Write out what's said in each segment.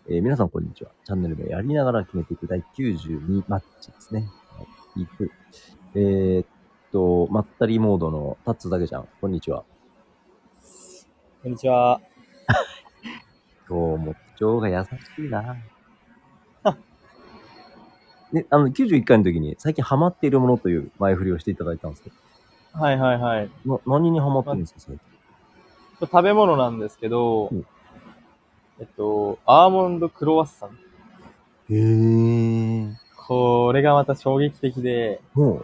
皆さんこんにちは。チャンネル名やりながら決めていく第92マッチですね。はい、いく。まったりモードのタッツだけじゃん。こんにちは。 こんにちは。 今日も口調が優しいな。で、91回の時に最近ハマっているものという前振りをしていただいたんですけはいはいはい。 ど、何にハマってまあ、 るんですか、最食べ物なんですけど、 近。 アーモンドクロワッサン。 へー。 これがまた衝撃的で、 も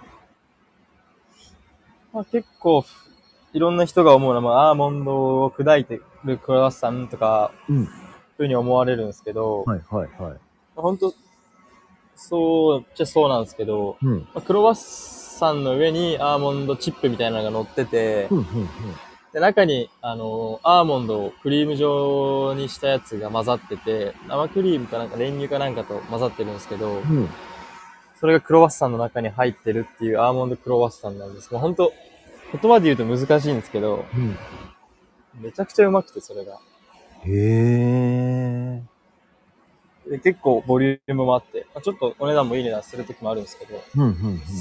結構、いろんな人が思うのは、アーモンドを砕いてるクロワッサンとか、 う、うん。 ふうに思われるんですけど、 はいはいはい。 本当そうっちゃそうなんですけど、 うん。 クロワッサンの上にアーモンドチップみたいなのが乗ってて、 うん、うん、うん。 で、中に、アーモンドをクリーム状にしたやつが混ざってて、生クリームかなんか練乳かなんかと混ざってるんですけど、 うん。 それがクロワッサンの中に入ってるっていうアーモンドクロワッサンなんです。もう本当言葉で言うと難しいんですけど、 うん。 めちゃくちゃうまくて、それが。 へー。 で結構ボリュームもあって、ちょっとお値段もいい値段するときもあるんですけど、 うん、うん、うん。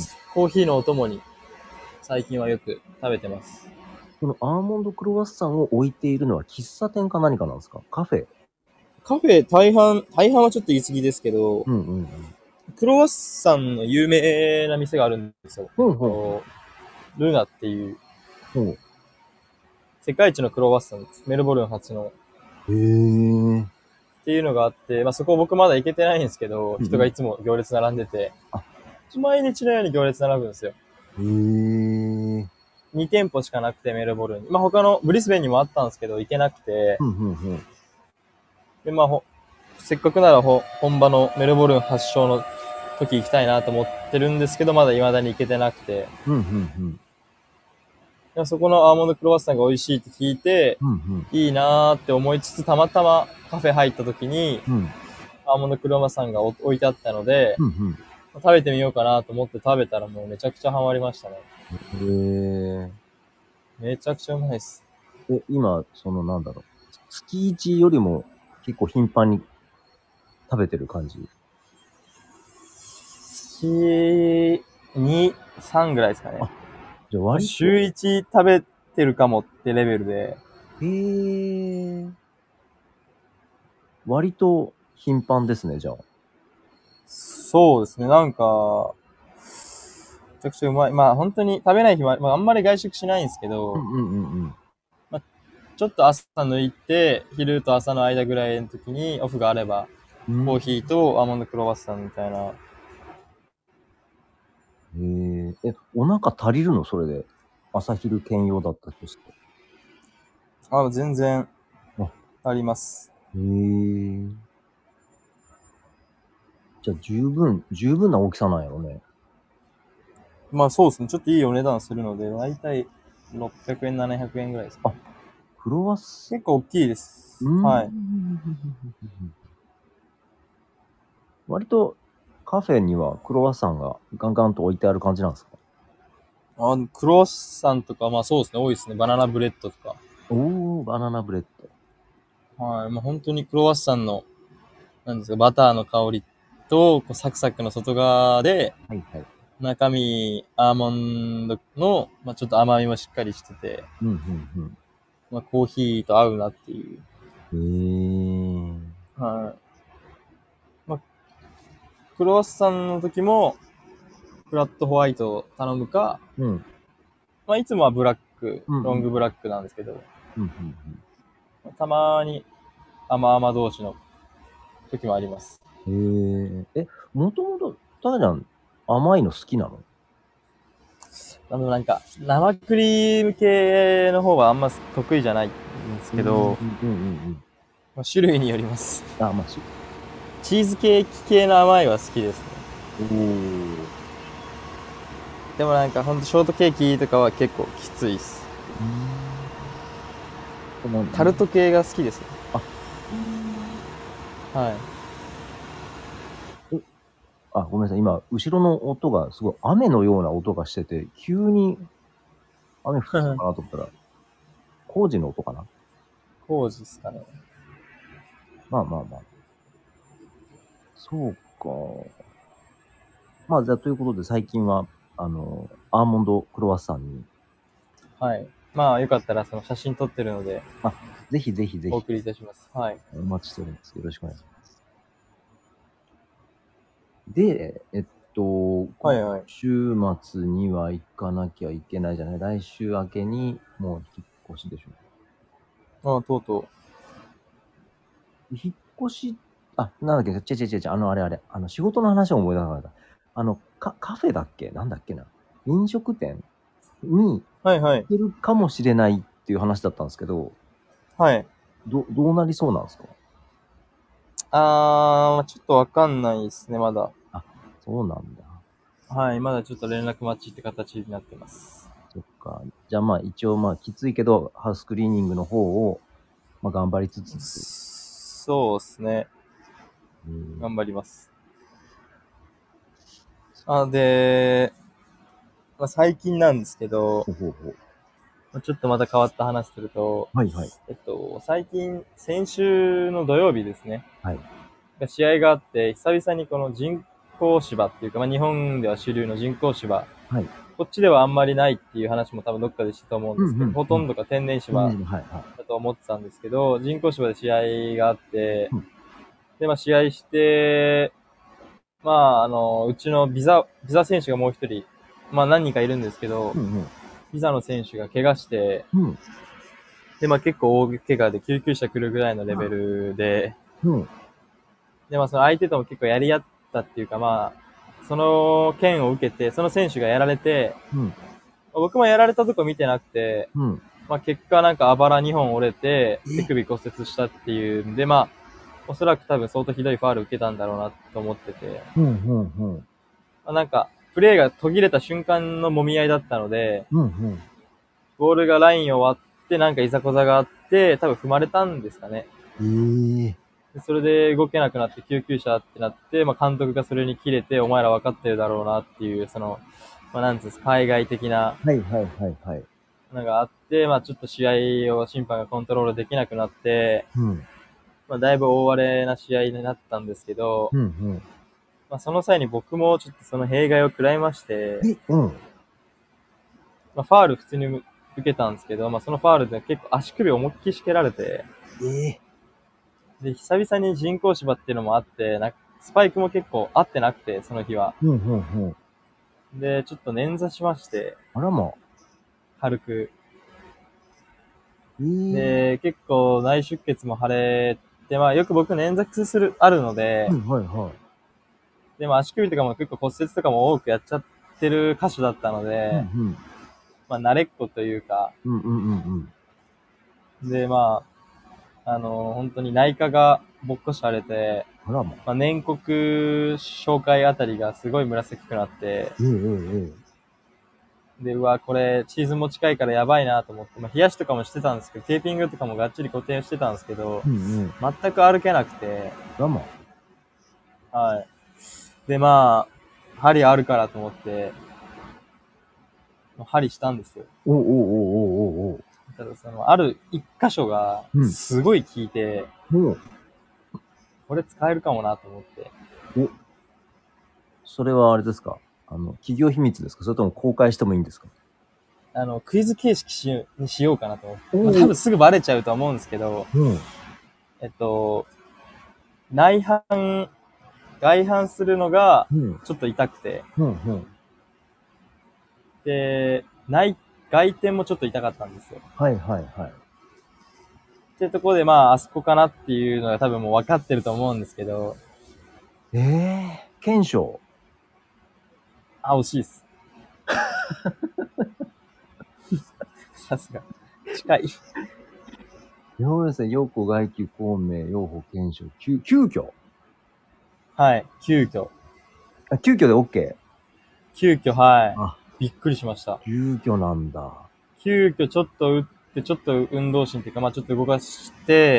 コーヒーのお供に最近はよく食べてます。 そのアーモンドクロワッサンを置いているのは喫茶店か何かなんですか？カフェ？ カフェ大半はちょっと言い過ぎですけど、 うんうんうん。 クロワッサンの有名な店があるんですよ。 ほうほうほルナっていう、 う。ほ世界一のクロワッサンです。メルボルン発の。 う。へえ。 っていうのがあって、そこ僕まだ行けてないんですけど、 うんうん。 人がいつも行列並んでて、 あ、 毎日のように行列並ぶんですよ。 へえ。 2店舗しかなくて、メルボルンに。他のブリスベンにもあったんですけど、行けなくて、 うんうんうん。 で、せっかくなら本場のメルボルン発祥の時行きたいなと思ってるんですけど、まだ未だに行けてなくて、 うんうんうん。 でそこのアーモンドクロワッサンが美味しいって聞いて、 うんうん。 いいなーって思いつつ、たまたまカフェ入った時に、 うん。 アーモンドクロワッサンが置いてあったので、 うんうん。 食べてみようかなと思って食べたらもうめちゃくちゃハマりましたね。 へえ。 めちゃくちゃうまいです。 今、なんだろう。月1よりも結構頻繁に食べてる感じ？ 月2、3ぐらいですかね。 あ、じゃあ割週と、 1食べてるかもってレベルで、 へえ。割と頻繁ですね、じゃあ。 そうですね、なんか、めちゃくちゃうまい。本当に食べない日もあんまり外食しないんですけど、 うんうんうんうん。 まあ、ちょっと朝抜いて、昼と朝の間ぐらいの時にオフがあれば、 うん。 コーヒーとアーモンドクロワッサンみたいな。 お腹足りるのそれで？朝昼兼用だったとして。 全然あ、 あります。 へえ。じゃあ十分な大きさなんやろね。 そうですね。ちょっといいお値段するので、だいたい600円、700円ぐらいですかあ、 ね。 クロワッサ結構大きいでン。うす。 ーはい。 ん。割とカフェにはクロワッサンがガンガンと置いてある感じなんですか？ クロワッサンとか、そうですね。多いですね。バナナブレッドとか。 おー、バナナブレッド。 はい。本当にクロワッサンの、なんですか、バターの香りと、サクサクの外側で、 はいはい。 中身、アーモンドの、ちょっと甘みもしっかりしてて、 うん、うん、 コーヒーと合うなっていう。 うん。 はい。クロワッサンの時も、フラットホワイトを頼むか、 うん、 いつもはブラック、 うん、うん、 ロングブラックなんですけど、 うん、 たまに甘々同士の時もあります。 うん。もともと、ただちゃん、甘いの好きなの？ なんか、生クリーム系の方はあんま得意じゃないんですうん、 けど、 うん、うん、うん。 種類によります。 あ、 チーズケーキ系の甘いは好きですね。 おー。 でもなんかほんとショートケーキとかは結構きついです。 うーん。 タルト系が好きですね。 あ、うーん。 はい。 ごめんなさい。今、後ろの音がすごい雨のような音がしてて、急に雨降ってたかなと思ったら、工事の音かな？ 工事ですかね。 まあまあまあ。 そうか。まあ、じゃあ、ということで、最近は、アーモンドクロワッサンに、 はい。まあ、よかったらその写真撮ってるので、 あ、ぜひぜひぜひ、 お送りいたします。はい。 お待ちしております。よろしくお願いします。で、今はいはい。 週末には行かなきゃいけないじゃない。来週明けに、もう引っ越しでしょ。 ああ、とうと引っ越し、あ、なんだっけ、違う、あれあれ、仕事の話を思い出さなかった。カフェだっけなんだっけな。飲食店にう。はいはい。 行けるかもしれないっていう話だったんですけど、 はい。 どうなりそうなんですか？ ちょっとわかんないですね、まだ。 あ、そうなんだ。 はい。まだちょっと連絡待ちって形になってます。 そっか。じゃあまあ一応まあきついけど、ハウスクリーニングの方を、まあ頑張りつつっていう。 そうですね。 うん。 頑張ります。で、まあ、最近なんですけど、 ほうほうほう。 ちょっとまた変わった話すると、 はいはい。 最近、先週の土曜日ですね、 はい。 試合があって、久々にこの人工芝っていうか、まあ、日本では主流の人工芝、 はい。 こっちではあんまりないっていう話も多分どっかでしたと思うんうんですけど、ほうん。 とんどが天然芝イメージはいはだと思ってたんですけど、人工芝で試合があって、 い。うん。 で、まあ試合して、まあうちのビザ選手がもう一人、まあ何人かいるんですけど、 うんうん。 ビザの選手が怪我して、 うん。 で、まあ結構大怪我で救急車来るぐらいのレベルで、 うん。 で、まあその相手とも結構やり合ったっていうか、まあ、その件を受けて、その選手がやられて、 うん。 僕もやられたとこ見てなくて、 うん。 まあ結果なんかあばら2本折れて、手え首骨折したっていうんで、まあ、おそらく多分相当ひどいファール受けたんだろうなと思ってて、 うんうんうん。 まあなんか、プレーが途切れた瞬間の揉み合いだったので、 うんうん。 ボールがラインを割ってなんかいざこざがあって、多分踏まれたんですかね。 ええでそれで動けなくなって救急車ってなって、まあ監督がそれに切れて、お前ら分かってるだろうなっていう、その、まあなんつうんですか、海外的なはいはいはいはい。 のがあって、まあちょっと試合を審判がコントロールできなくなって、 うん。 まあだいぶ大荒れな試合になったんですけど、 うんうん。 まあその際に僕もちょっとその弊害を食らいまして、 うん。 まあファール普通に受けたんですけど、まあそのファールで結構足首を思いっきりしけられて、 ええで、久々に人工芝っていうのもあって、スパイクも結構合ってなくて、その日は。 うんうんうん。 で、ちょっと捻挫しまして、 あらま。 軽く。 ええで、結構内出血も腫れて、まあよく僕捻挫あるので、 はいはいはい。 でも足首とかも結構骨折とかも多くやっちゃってる箇所だったのうんで、 うん。 まあ慣れっこというか、 うんうんうんうん。 で、まあ、本当に内科がぼっこし荒れて、 あらま。 まあ、粘谷紹介あたりがすごい紫くなって、 ええええで、うわ、これ、シーズンも近いからやばいなと思って、まあ、冷やしとかもしてたんですけど、テーピングとかもがっちり固定してたんですけど、 うんうん。 全く歩けなくて、 あらま。 はい。で、まあ、針あるからと思って、針したんですよ。 おおおおおおお。 ただ、ある一箇所が、 うん。 すごい効いて、 もこれ使えるかもなと思って、 う、それはあれですか？企業秘密ですか？それとも公開してもいいんですか？ クイズ形式にしようかなと思って。 おお。 まあ多分すぐバレちゃうとは思うんですけど、 うん。 えっと、内反、外反するのがうん。 ちょっと痛くて、 うんうん。 で、外転もちょっと痛かったんですよ。 はいはいはい。 ってところでまあ、あそこかなっていうのが多分もう分かってると思うんですけど、 ええ検証。 あ、惜しいです。さすが。近い。 要ですね、陽子外気孔明、陽保検証、急遽。 はい。急遽。 あ、急遽で OK。 急遽、はい。 あ、 びっくりしました。 急遽なんだ。 急遽ちょっと打って、ちょっと運動神っていうか、まあちょっと動かして、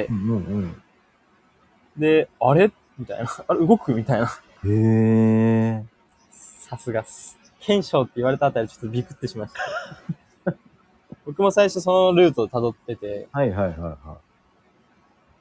うんうんうん。 で、あれみたいな。あれ動くみたいな。 へえ。 さすがっす。検証って言われたあたりちょっとビクってしました。僕も最初そのルートを辿ってて、 はいはいはいは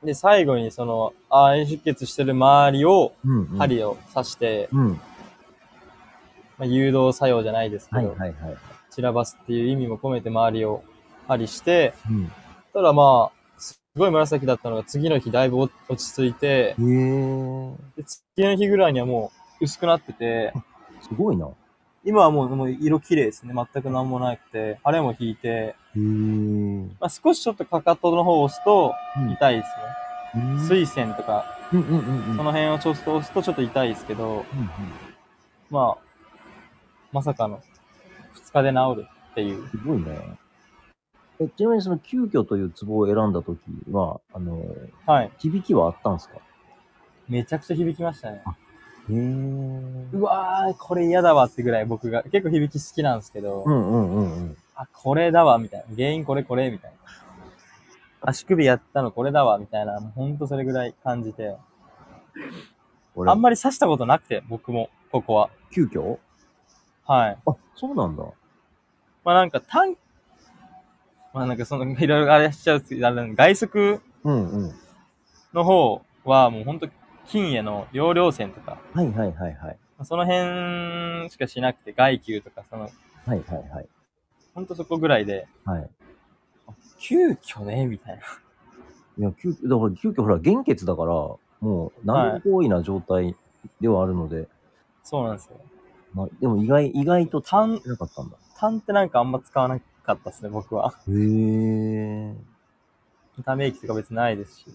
で、最後に暗出血してる周りを、 うんうん。 針を刺して、 うん。 まあ、誘導作用じゃないですけはいど、 はいはい。 散らばすっていう意味も込めて周りを針して、 うん。 ただまあ、すごい紫だったのが次の日だいぶ落ち着いて、 へえ。 で次の日ぐらいにはもう薄くなってて、 すごいな。 今はもう色綺麗ですね。全く何もなくて、腫れも引いて、 へえ。 まあ、少しちょっとかかとの方を押すと痛いですね。 うん。 水線とか、 うんうんうんうん。 その辺をちょっと押すとちょっと痛いですけど、 うんうん。 まあ、まさかの2日で治るっていう。 すごいね。ちなみにその急遽というツボを選んだときは、 はい。 響きはあったんですか？ めちゃくちゃ響きましたね。 あ、へえ。 うわー、これ嫌だわってぐらい僕が、結構響き好きなんですけど、 うんうんうんうん。 あ、これだわ、みたいな。原因これ、みたいな。足首やったのこれだわ、みたいな。もうほんとそれぐらい感じて。あんまり刺したことなくて、僕も、ここは。 急遽？ はい。 あ、そうなんだ。 まあなんか、まあなんかいろいろあれしちゃう外側うんうん。 の方はもうほんと、筋への葉稜線とか、 はいはいはいはい。 その辺しかしなくて、外球とか、 はいはいはい。 ほんとそこぐらいで、 はい。 急遽ね、みたいいや、だから急遽ほら、現血だから、もうな。 何ではい。 も多いな状態ではあるので、 そうなんですよ。 まあ、でも意外と使っ単、 てなかったんだ。 単ってなんかあんま使わなかったですね、僕は。 へえ。 ため息とか別にないですし。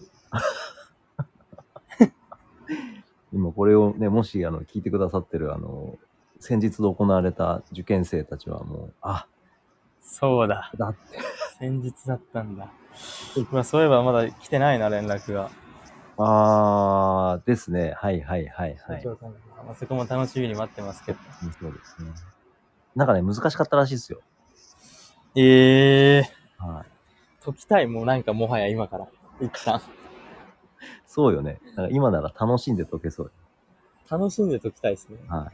今これをね、もし聞いてくださってる先日行われた受験生たちはもう、あ、 そうだ。 だって。 先日だったんだ。まあそういえばまだ来てないな、連絡が。 ですね。はいはいはいはい。 社長さんが。まあ、そこも楽しみに待ってますけど。 そうですね。なんかね、難しかったらしいですよ。 ええはい。 ー、解きたい、もうなんかもはや今から。一旦。 そうよね。なんか今なら楽しんで解けそう。 楽しんで解きたいですね。 はい。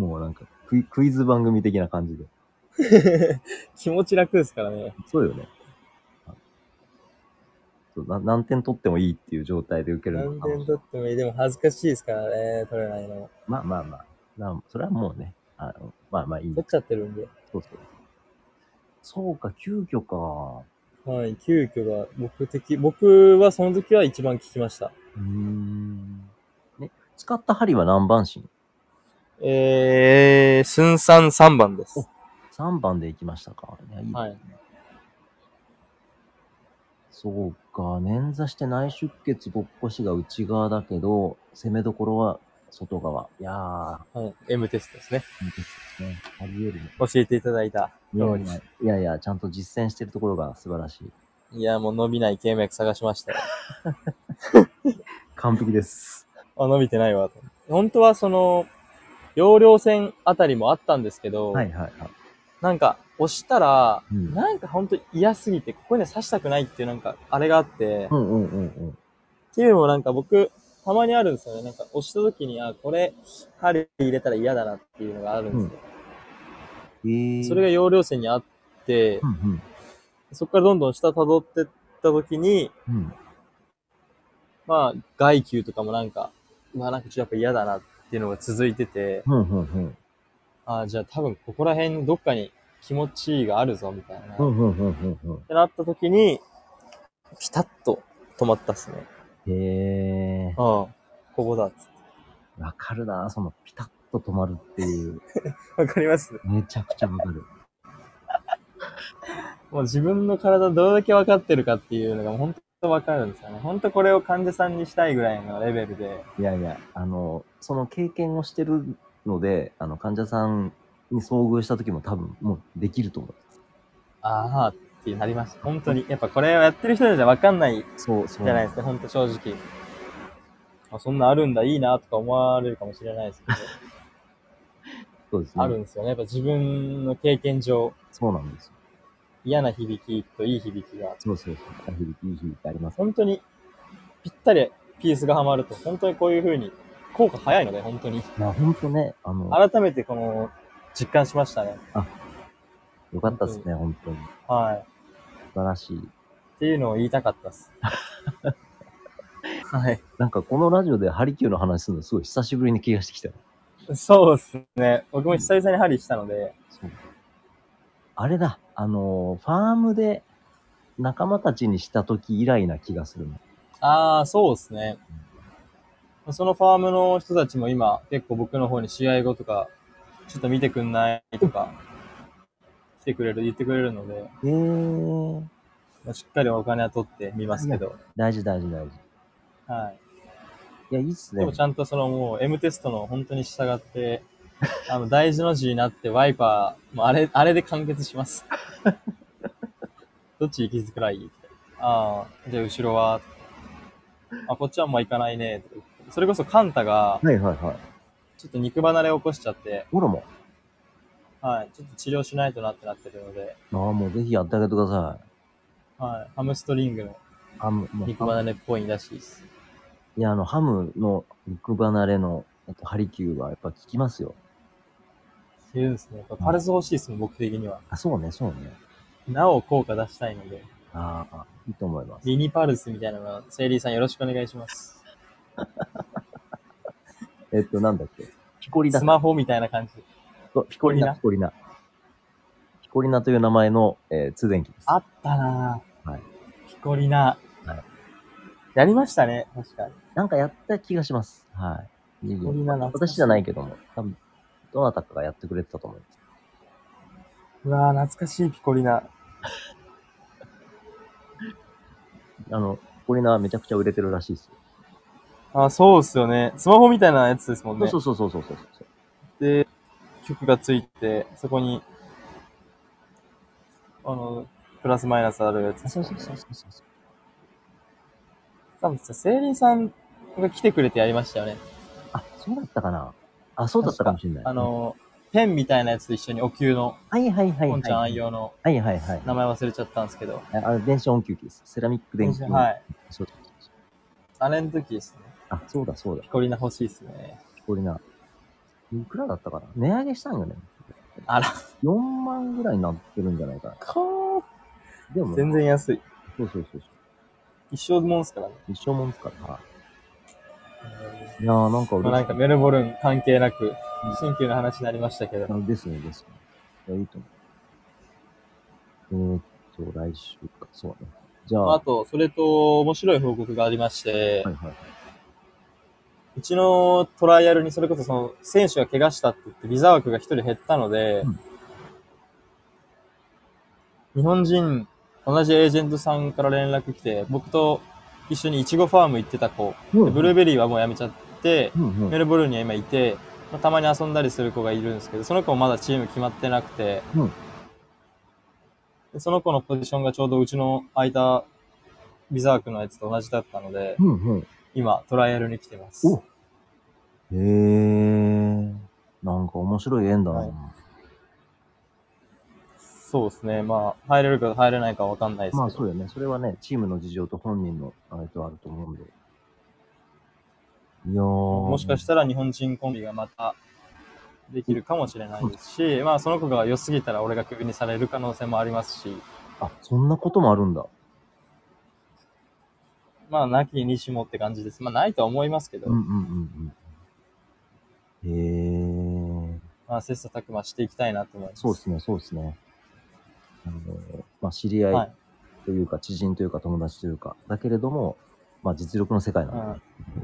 もうなんかクイズ番組的な感じで。 気持ち楽ですからね。 そうよね。そう何点取ってもいいっていう状態で受けるのが何楽しい。 点取ってもいい。でも恥ずかしいですからね、取れないの。 まあまあまあ。それはもうね、まあまあいいんで取っす。 ちゃってるんで。 そうそう。そうか、急遽か。 はい、急遽が僕はその時は一番聞きました。 ね、使った針は何番針？ 寸3、3番でお、 す。 3番で行きましたか。いや、いいですね。 はい。 そうか、捻挫して内出血ぼっこしが内側だけど、攻めどころは外側。いやー、 はい。M テストですね。 いいですね。あり得るね。 教えていただいた通り。 いやいや、ちゃんと実践してるところが素晴らしい。 いや、もう伸びない経脈探しましたよ。 完璧です。 あ、伸びてないわと。本当は葉稜線あたりもあったんですけど、 はいはいはい。 なんか押したら、 うん。 なんか本当嫌すぎて、ここには刺したくないっていうなんか、あれがあって、 うんうんうんうん。 っていうのもなんか僕、たまにあるんですよね。なんか押した時に、あ、これ、針入れたら嫌だなっていうのがあるんですよ。それが葉稜線にあって、 うんうん。 そこからどんどん下辿ってった時に、 うん。 まあ、外球とかもなんか、なんかちょっとやっぱ嫌だなっていうのが続いてて、 うんうんうん。 じゃあ多分ここら辺にどっかに気持ちいいがあるぞ、みたいな。 うんうんうんうんうん。 ってなった時に、ピタッと止まったっすね。 へー。 ここだっつって。 わかるな、そのピタッと止まるっていう。 わかります？ めちゃくちゃわかる。 もう自分の体どれだけ分かってるかっていうのが本当分かるんですよね。本当これを患者さんにしたいぐらいのレベルで。 いやいや、その経験をしてるので、患者さんに遭遇した時も多分もうできると思う。 ああってなりました。本当に。やっぱこれをやってる人じゃ分かんないそう。 じゃないですか、本当正直。そんなあるんだ、いいなとか思われるかもしれないですけど。 そうですね。 あるんですよね。やっぱ自分の経験上。 そうなんですよ。 嫌な響きといい響きが。 そう。いい響きあります。 本当にぴったりピースがはまると、本当にこういう風に効果早いので、本当に。 いや、ほんとね、 改めて実感しましたね。 よかったですね、本当に。 はい。 素晴らしい。 っっていうのを言いたかったっす。はい。 なんかこのラジオでハリキューの話するのすごい久しぶりに気がしてきたよ。 そうですね。僕も久々に針したので。 そう。あれだ、ファームで仲間たちにした時以来な気がするの。 ああ、そうですね。そのファームの人たちも今、結構僕の方に試合後とか、ちょっと見てくんないとか、来てくれる、言ってくれるので、しっかりお金は取ってみますけど。 大事大事大事。 はい。 いや、いいっすね。 でもちゃんとそのもう M テストの本当に従って、大事の字になってワイパー、もうあれで完結します。どっち行きづらいって。ああ、じゃあ後ろは、あ、こっちはあんま行かないね。それこそカンタが、 はいはいはい。 ちょっと肉離れを起こしちゃって、 ほらも。 はい、ちょっと治療しないとなってなってるので、 ああ、もうぜひやってあげてください。 はい、ハムストリングの肉離れっぽいらしいです。 いや、ハムの肉離れの、ハリキューはやっぱ効きますよ。 言うんですね。パルス欲しいですもん、僕的には。 あ、そうね、そうね。 なお効果出したいので。 ああ、いいと思います。 ミニパルスみたいなのは、セイリーさんよろしくお願いします。 なんだっけ。ピコリナ。 スマホみたいな感じ。 ピコリナ。ピコリナ。ピコリナという名前の、通電器です。 あったなぁ。 はい。 ピコリナ。 はい。 やりましたね、確かに。 なんかやった気がします。はい。 ピコリナ懐かしい。 私じゃないけども、多分、どなたかがやってくれてたと思います。 うわぁ、懐かしいピコリナ。 ピコリナはめちゃくちゃ売れてるらしいですよ。 あ、そうっすよね。スマホみたいなやつですもんね。 そうそうそうそうそう。 で、曲がついて、そこに、プラスマイナスあるやつ、ね。 そうそうそうそう。 多分さ、セイリーさんが来てくれてやりましたよね。 あ、そうだったかな。あ、そうだったかもしれない。 ペンみたいなやつと一緒にお灸の、 はいはいはい。 ポンちゃん愛用の、 はいはいはい。 名前忘れちゃったんですけど。 電子音球機です。セラミック電気。 はい。 そうあれの時ですね。 あ、そうだそうだ。 ピコリナ欲しいですね。 ピコリナ。いくらだったかな。値上げしたんよね。 あら。 4万ぐらいになってるんじゃないかな。でも、 全然安い。 そうそうそう。 一生もんすからね。 一生もんですから。いやーなんか嬉しい。 なんかメルボルン関係なく、新旧の話になりましたけど。 ですね、ですね。いや、いいと思う。来週か。そうね。じゃあ。 あと、それと面白い報告がありまして、 はいはい。 うちのトライアルにそれこそその選手が怪我したって言ってビザ枠が一人減ったので、日本人、同じエージェントさんから連絡来て、僕と一緒にイチゴファーム行ってた子、ブルーベリーはもうやめちゃって、メルボルンには今いて、たまに遊んだりする子がいるんですけど、その子もまだチーム決まってなくて、でその子のポジションがちょうどうちの空いたビザ枠のやつと同じだったので、今トライアルに来てます。 へー。なんか面白い縁だな。そうですね。まあ、入れるか入れないかわかんないですけど。 まあそうよね。それはね、チームの事情と本人のあれとあると思うんで。いやー。 もしかしたら日本人コンビがまたできるかもしれないですし、まあその子が良すぎたら俺がクビにされる可能性もありますし。 あ、そんなこともあるんだ。 まあ、なきにしもって感じです。まあ、ないとは思いますけど。 へー。 まあ、切磋琢磨していきたいなと思います。 そうですね、そうですね。まあ、知り合いというか、知人というか、友達というか、だけれども、まあ、実力の世界なんで、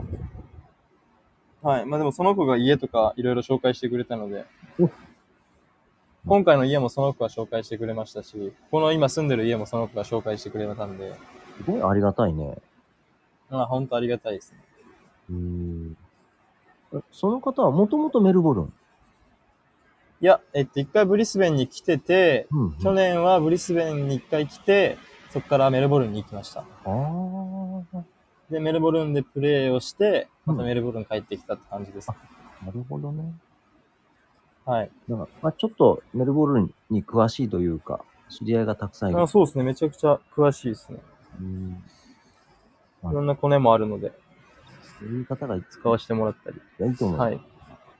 はい。まあでもその子が家とかいろいろ紹介してくれたので、今回の家もその子が紹介してくれましたし、この今住んでる家もその子が紹介してくれたんで。 すごいありがたいね。 まあ本当ありがたいですね。その方はもともとメルボルン？ いや、一回ブリスベンに来てて、去年はブリスベンに一回来て、そこからメルボルンに行きました。で、メルボルンでプレーをして、またメルボルン帰ってきたって感じです。 なるほどね。 はい。 だから、まあ、ちょっとメルボルンに詳しいというか、知り合いがたくさんいる。 そうですね。めちゃくちゃ詳しいですね。いろんなコネもあるので。 そういう方が使わせてもらったり。 いいと思う。はい。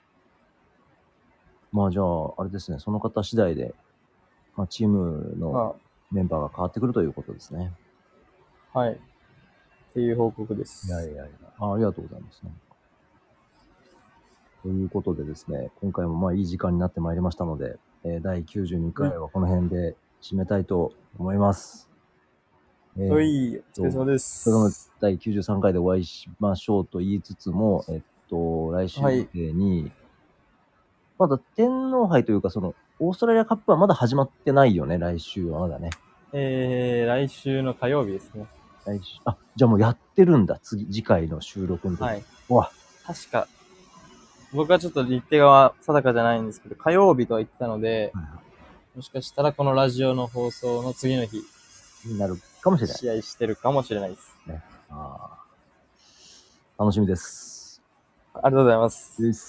まあじゃあ、あれですね。その方次第で、まあチームのメンバーが変わってくるということですね。 はい。っていう報告です。 いやいやいや。ありがとうございます。ということでですね、今回もまあいい時間になってまいりましたので、第92回はこの辺で締めたいと思います。 お疲れ様でそれのす。 第93回でお会いしましょうと言いつつも、来週予定に、まだ天皇杯というか、その、オーストラリアカップはまだ始まってないよね、来週はまだね。 来週の火曜日ですね。 来週、じゃあもうやってるんだ、次回の収録の時。 はい。 うわ、 確か、僕はちょっと日程が定かじゃないんですけど、火曜日とは言ってたので、もしかしたらこのラジオの放送の次の日、 になるかもしれない。 試合してるかもしれないです。 ね。楽しみです。 ありがとうございます。 です。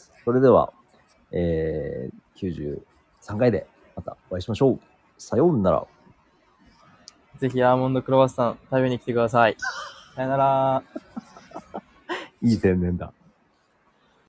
それでは、93回でまたお会いしましょう。さようなら。 ぜひアーモンドクロワッサン食べに来てください。さよなら。 いい宣伝だ。